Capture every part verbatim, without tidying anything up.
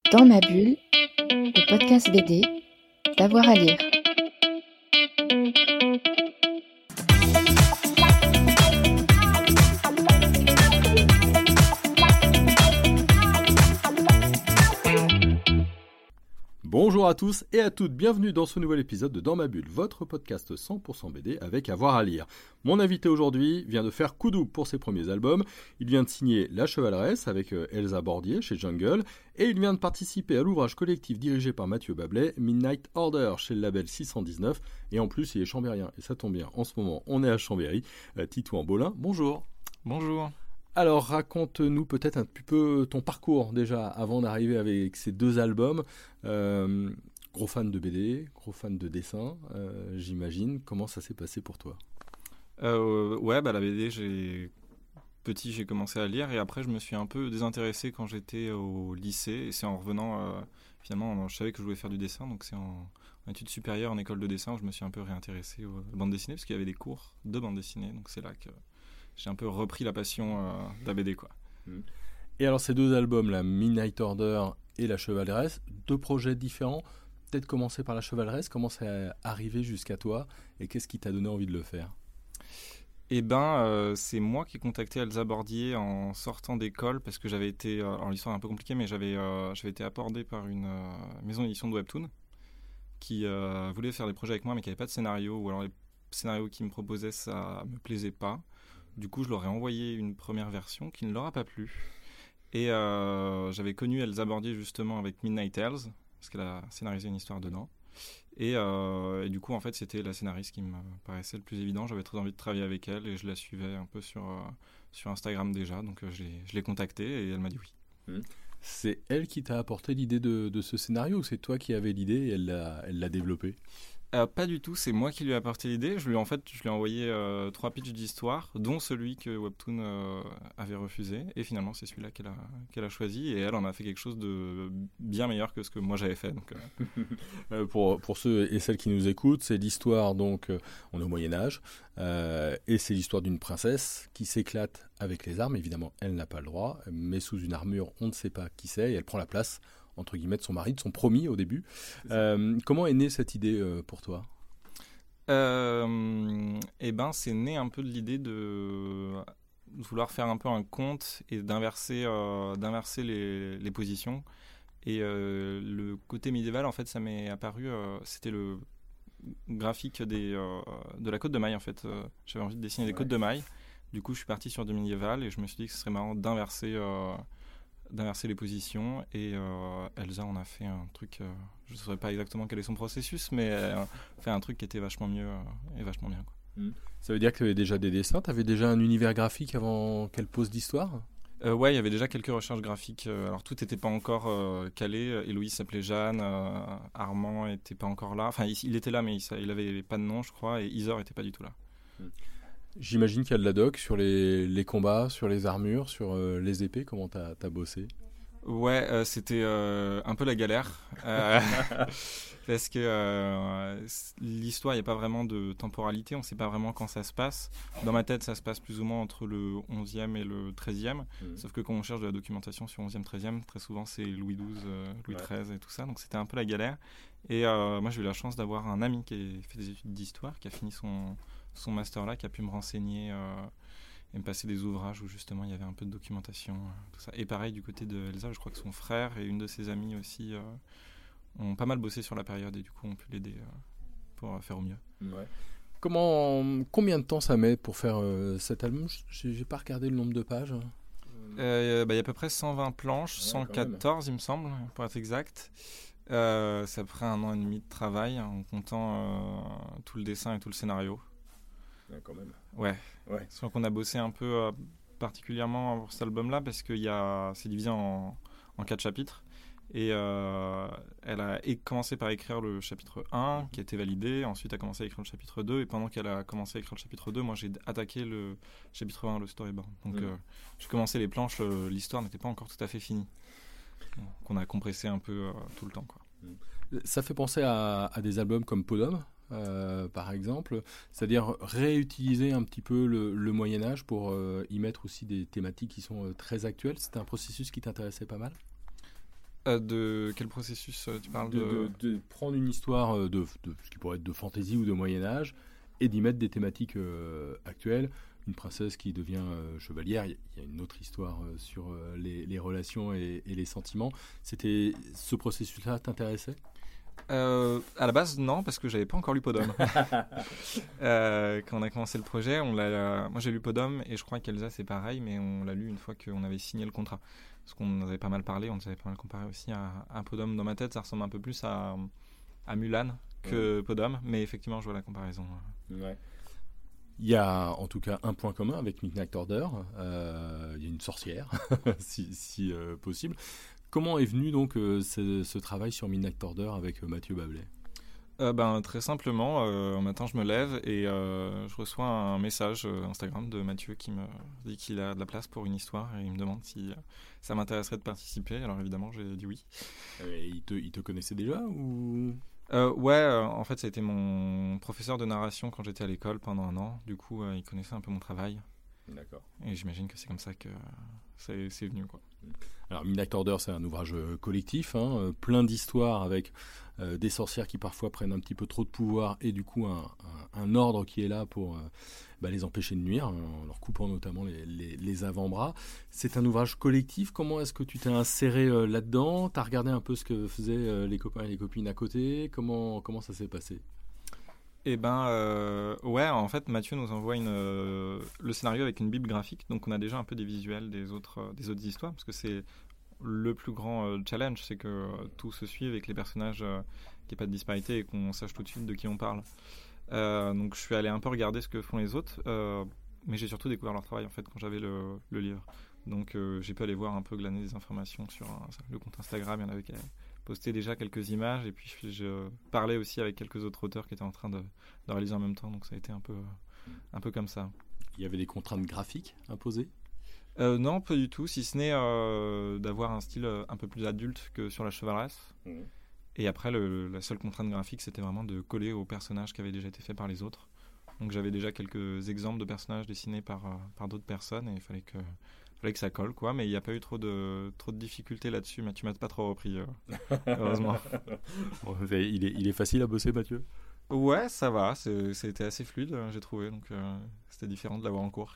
Dans ma bulle, le podcast B D, d'avoir à lire. Bonjour à tous et à toutes, bienvenue dans ce nouvel épisode de Dans ma bulle, votre podcast cent pour cent B D avec avoir à lire. Mon invité aujourd'hui vient de faire coup double pour ses premiers albums, il vient de signer La Chevaleresse avec Elsa Bordier chez Jungle et il vient de participer à l'ouvrage collectif dirigé par Mathieu Bablet, Midnight Order chez le label six cent dix-neuf et en plus il est chambérien et ça tombe bien, en ce moment on est à Chambéry, Titouan-Beaulin, bonjour. Bonjour. Alors, raconte-nous peut-être un petit peu ton parcours déjà avant d'arriver avec ces deux albums. Euh, gros fan de B D, gros fan de dessin, euh, j'imagine. Comment ça s'est passé pour toi ? euh, Ouais, bah la B D, j'ai... petit, j'ai commencé à lire et après je me suis un peu désintéressé quand j'étais au lycée. Et c'est en revenant, euh, finalement, je savais que je voulais faire du dessin, donc c'est en, en études supérieures, en école de dessin, où je me suis un peu réintéressé aux bandes dessinées parce qu'il y avait des cours de bande dessinée, donc c'est là que j'ai un peu repris la passion euh, de la B D, quoi. Et alors ces deux albums, là, Midnight Order et La Chevaleresse, deux projets différents. Peut-être commencer par La Chevaleresse, comment c'est arrivé jusqu'à toi et qu'est-ce qui t'a donné envie de le faire ? Eh ben, euh, c'est moi qui ai contacté Elsa Bordier en sortant d'école parce que j'avais été, euh, alors l'histoire est un peu compliquée, mais j'avais, euh, j'avais été abordé par une euh, maison d'édition de webtoon qui euh, voulait faire des projets avec moi mais qui n'avait pas de scénario, ou alors les scénarios qu'ils me proposaient, ça me plaisait pas. Du coup, je leur ai envoyé une première version qui ne leur a pas plu. Et euh, j'avais connu Elsa Bordier justement avec Midnight Tales, parce qu'elle a scénarisé une histoire dedans. Et, euh, et du coup, en fait, c'était la scénariste qui me paraissait le plus évident. J'avais très envie de travailler avec elle et je la suivais un peu sur, euh, sur Instagram déjà. Donc, euh, je, l'ai, je l'ai contactée et elle m'a dit oui. Mmh. C'est elle qui t'a apporté l'idée de, de ce scénario ou c'est toi qui avais l'idée et elle l'a, elle l'a développé ? Euh, pas du tout, c'est moi qui lui ai apporté l'idée. Je lui, en fait, je lui ai envoyé euh, trois pitchs d'histoire, dont celui que Webtoon euh, avait refusé. Et finalement, c'est celui-là qu'elle a, qu'elle a choisi. Et elle en a fait quelque chose de bien meilleur que ce que moi j'avais fait. Donc, euh... euh, pour, pour ceux et celles qui nous écoutent, c'est l'histoire, donc, euh, on est au Moyen-Âge, euh, et c'est l'histoire d'une princesse qui s'éclate avec les armes. Évidemment, elle n'a pas le droit, mais sous une armure, on ne sait pas qui c'est, et elle prend la place entre guillemets, de son mari, de son promis au début. Euh, comment est née cette idée euh, pour toi ? euh, Eh ben, c'est né un peu de l'idée de vouloir faire un peu un conte et d'inverser, euh, d'inverser les, les positions. Et euh, le côté médiéval, en fait, ça m'est apparu, euh, c'était le graphique des, euh, de la Côte de Maille, en fait. Euh, j'avais envie de dessiner ouais. des Côtes de Maille. Du coup, je suis parti sur du médiéval et je me suis dit que ce serait marrant d'inverser... Euh, d'inverser les positions et euh, Elsa on a fait un truc euh, je ne saurais pas exactement quel est son processus mais euh, fait un truc qui était vachement mieux euh, et vachement bien quoi. Mmh. Ça veut dire que tu avais déjà des dessins, tu avais déjà un univers graphique avant qu'elle pose d'histoire ? euh, Ouais, il y avait déjà quelques recherches graphiques, euh, alors tout n'était pas encore euh, calé. Héloïse s'appelait Jeanne, euh, Armand n'était pas encore là, enfin il, il était là mais il n'avait pas de nom je crois et Isor n'était pas du tout là. Mmh. J'imagine qu'il y a de la doc sur les, les combats, sur les armures, sur euh, les épées. Comment t'as, t'as bossé ? Ouais, euh, c'était euh, un peu la galère. Euh, parce que euh, l'histoire, il n'y a pas vraiment de temporalité. On ne sait pas vraiment quand ça se passe. Dans ma tête, ça se passe plus ou moins entre le onzième et le treizième. Mmh. Sauf que quand on cherche de la documentation sur onzième, treizième, très souvent, c'est Louis douze, euh, Louis ouais. treize et tout ça. Donc, c'était un peu la galère. Et euh, moi, j'ai eu la chance d'avoir un ami qui a fait des études d'histoire, qui a fini son... son master là, qui a pu me renseigner euh, et me passer des ouvrages où justement il y avait un peu de documentation, euh, tout ça. Et pareil du côté de Elsa, je crois que son frère et une de ses amies aussi euh, ont pas mal bossé sur la période et du coup ont pu l'aider euh, pour euh, faire au mieux. Ouais. Comment, combien de temps ça met pour faire euh, cet album ? j'ai, j'ai pas regardé le nombre de pages. Il euh, bah, y a à peu près cent vingt planches, ouais, cent quatorze il me semble, pour être exact. Euh, ça prend un an et demi de travail en comptant euh, tout le dessin et tout le scénario. Ouais, quand même. Ouais. ouais. Sauf qu'on a bossé un peu euh, particulièrement pour cet album-là parce que y a, c'est divisé en, en quatre chapitres. Et euh, elle a commencé par écrire le chapitre un qui a été validé. Ensuite, elle a commencé à écrire le chapitre deux. Et pendant qu'elle a commencé à écrire le chapitre deux, moi, j'ai attaqué le chapitre un, le storyboard. Donc, mmh. euh, j'ai commencé les planches. Euh, l'histoire n'était pas encore tout à fait finie. Donc, on a compressé un peu euh, tout le temps, quoi. Ça fait penser à, à des albums comme Podum, euh, par exemple, c'est-à-dire réutiliser un petit peu le, le Moyen-Âge pour euh, y mettre aussi des thématiques qui sont euh, très actuelles. C'était un processus qui t'intéressait pas mal ? Euh, de quel processus euh, tu parles de, de... de, de prendre une histoire de, de, de ce qui pourrait être de fantaisie ou de Moyen-Âge et d'y mettre des thématiques euh, actuelles. Une princesse qui devient euh, chevalière, il y a une autre histoire euh, sur euh, les, les relations et, et les sentiments. C'était, ce processus-là t'intéressait ? Euh, à la base, non, parce que j'avais pas encore lu Podum. euh, quand on a commencé le projet, on l'a, moi j'ai lu Podum et je crois qu'Elsa c'est pareil, mais on l'a lu une fois qu'on avait signé le contrat. Parce qu'on avait pas mal parlé, on avait pas mal comparé aussi à, à Podum. Dans ma tête, ça ressemble un peu plus à, à Mulan que ouais. Podum, mais effectivement, je vois la comparaison. Ouais. Il y a en tout cas un point commun avec Midnight Order, euh, il y a une sorcière, si, si euh, possible. Comment est venu donc euh, ce, ce travail sur Midnight Order avec euh, Mathieu Bablet ? euh, ben, Très simplement, euh, un matin je me lève et euh, je reçois un message euh, Instagram de Mathieu qui me dit qu'il a de la place pour une histoire et il me demande si euh, ça m'intéresserait de participer. Alors évidemment j'ai dit oui. Et il, te, il te connaissait déjà ou... Euh, ouais, euh, en fait, ça a été mon professeur de narration quand j'étais à l'école pendant un an. Du coup, euh, il connaissait un peu mon travail. D'accord. Et j'imagine que c'est comme ça que c'est, c'est venu, quoi. Alors, Midnight Order, c'est un ouvrage collectif, hein, euh, plein d'histoires avec euh, des sorcières qui parfois prennent un petit peu trop de pouvoir et du coup un, un, un ordre qui est là pour euh, bah, les empêcher de nuire, en leur coupant notamment les, les, les avant-bras. C'est un ouvrage collectif. Comment est-ce que tu t'es inséré euh, là-dedans ? Tu as regardé un peu ce que faisaient euh, les copains et les copines à côté ? Comment, comment ça s'est passé ? Eh ben, euh, ouais, en fait, Mathieu nous envoie une, euh, le scénario avec une bible graphique, donc on a déjà un peu des visuels des autres, euh, des autres histoires, parce que c'est le plus grand euh, challenge, c'est que euh, tout se suive et que les personnages, euh, qu'il n'y ait pas de disparité et qu'on sache tout de suite de qui on parle. Euh, donc je suis allé un peu regarder ce que font les autres, euh, mais j'ai surtout découvert leur travail en fait quand j'avais le, le livre. Donc euh, j'ai pu aller voir un peu, glaner des informations sur un, le compte Instagram, il y en avait qui avaient posté déjà quelques images et puis je parlais aussi avec quelques autres auteurs qui étaient en train de, de réaliser en même temps, donc ça a été un peu, un peu comme ça. Il y avait des contraintes graphiques imposées ? euh, Non, pas du tout, si ce n'est euh, d'avoir un style un peu plus adulte que sur la chevaleresse. Mmh. Et après, le, la seule contrainte graphique, c'était vraiment de coller aux personnages qui avaient déjà été faits par les autres. Donc j'avais déjà quelques exemples de personnages dessinés par, par d'autres personnes et il fallait que... Il fallait que ça colle, quoi, mais il n'y a pas eu trop de, trop de difficultés là-dessus. Mais tu m'as pas trop repris, euh, heureusement. il, est, il est facile à bosser, Mathieu ? Ouais, ça va. C'est, c'était assez fluide, j'ai trouvé. Donc, euh, c'était différent de l'avoir en cours.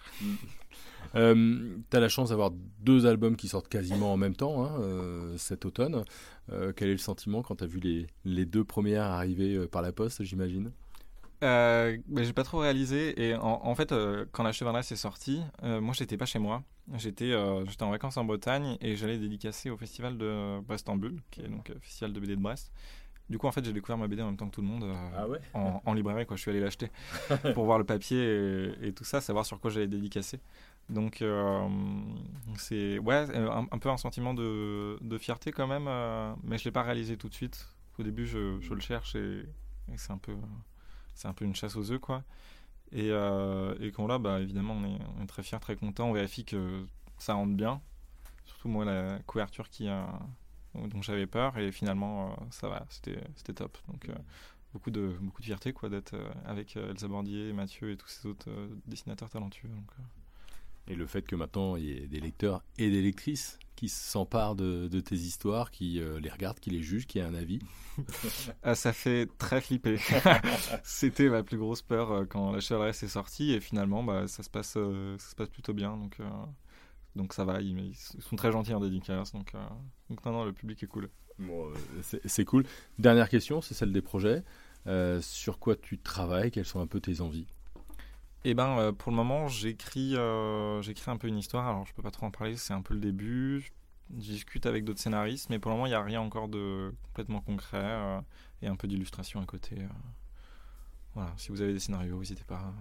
euh, tu as la chance d'avoir deux albums qui sortent quasiment en même temps, hein, euh, cet automne. Euh, quel est le sentiment quand tu as vu les, les deux premières arriver par la poste, j'imagine ? Euh, bah, j'ai pas trop réalisé et en, en fait euh, quand la chevaleresse est sortie, euh, moi j'étais pas chez moi, j'étais, euh, j'étais en vacances en Bretagne et j'allais dédicacer au festival de Brest en Bulle, qui est donc le festival de B D de Brest. Du coup en fait j'ai découvert ma B D en même temps que tout le monde, euh, ah ouais en, en librairie, quoi. Je suis allé l'acheter pour voir le papier et, et tout ça, savoir sur quoi j'allais dédicacer. Donc euh, c'est ouais un, un peu un sentiment de, de fierté quand même, euh, mais je l'ai pas réalisé tout de suite. Au début je, je le cherche et, et c'est un peu c'est un peu une chasse aux œufs, quoi. Et, euh, et quand là, bah, évidemment, on est, on est très fiers, très contents. On vérifie que ça rentre bien. Surtout, moi, la couverture qui a, dont j'avais peur. Et finalement, euh, ça va. C'était, c'était top. Donc, euh, beaucoup, de, beaucoup de fierté, quoi, d'être euh, avec euh, Elsa Bordier, Mathieu et tous ces autres euh, dessinateurs talentueux. Donc, euh. Et le fait que maintenant, il y ait des lecteurs et des lectrices qui s'emparent de, de tes histoires, qui euh, les regardent, qui les jugent, qui aient un avis. Ah, ça fait très flipper. C'était ma plus grosse peur euh, quand la chevaleresse est sortie et finalement bah, ça, se passe, euh, ça se passe plutôt bien. Donc, euh, donc ça va, ils, ils sont très gentils en dédicace. Donc, euh, donc non, non, le public est cool. Bon, euh, c'est, c'est cool. Dernière question, c'est celle des projets. Euh, sur quoi tu travailles ? Quelles sont un peu tes envies ? Eh ben, euh, pour le moment, j'écris, euh, j'écris un peu une histoire. Alors, je peux pas trop en parler, c'est un peu le début. Je discute avec d'autres scénaristes, mais pour le moment, il n'y a rien encore de complètement concret euh, et un peu d'illustration à côté. Euh. Voilà, si vous avez des scénarios, n'hésitez pas.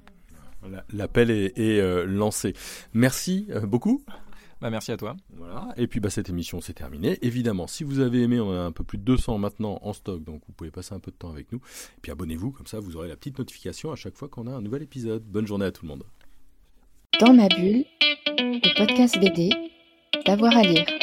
Voilà, l'appel est, est euh, lancé. Merci euh, beaucoup. Bah, merci à toi. Voilà. Et puis bah, cette émission c'est terminé. Évidemment, si vous avez aimé, on a un peu plus de deux cents maintenant en stock, donc vous pouvez passer un peu de temps avec nous. Et puis abonnez-vous, comme ça vous aurez la petite notification à chaque fois qu'on a un nouvel épisode. Bonne journée à tout le monde. Dans ma bulle, le podcast B D, d'avoir à lire.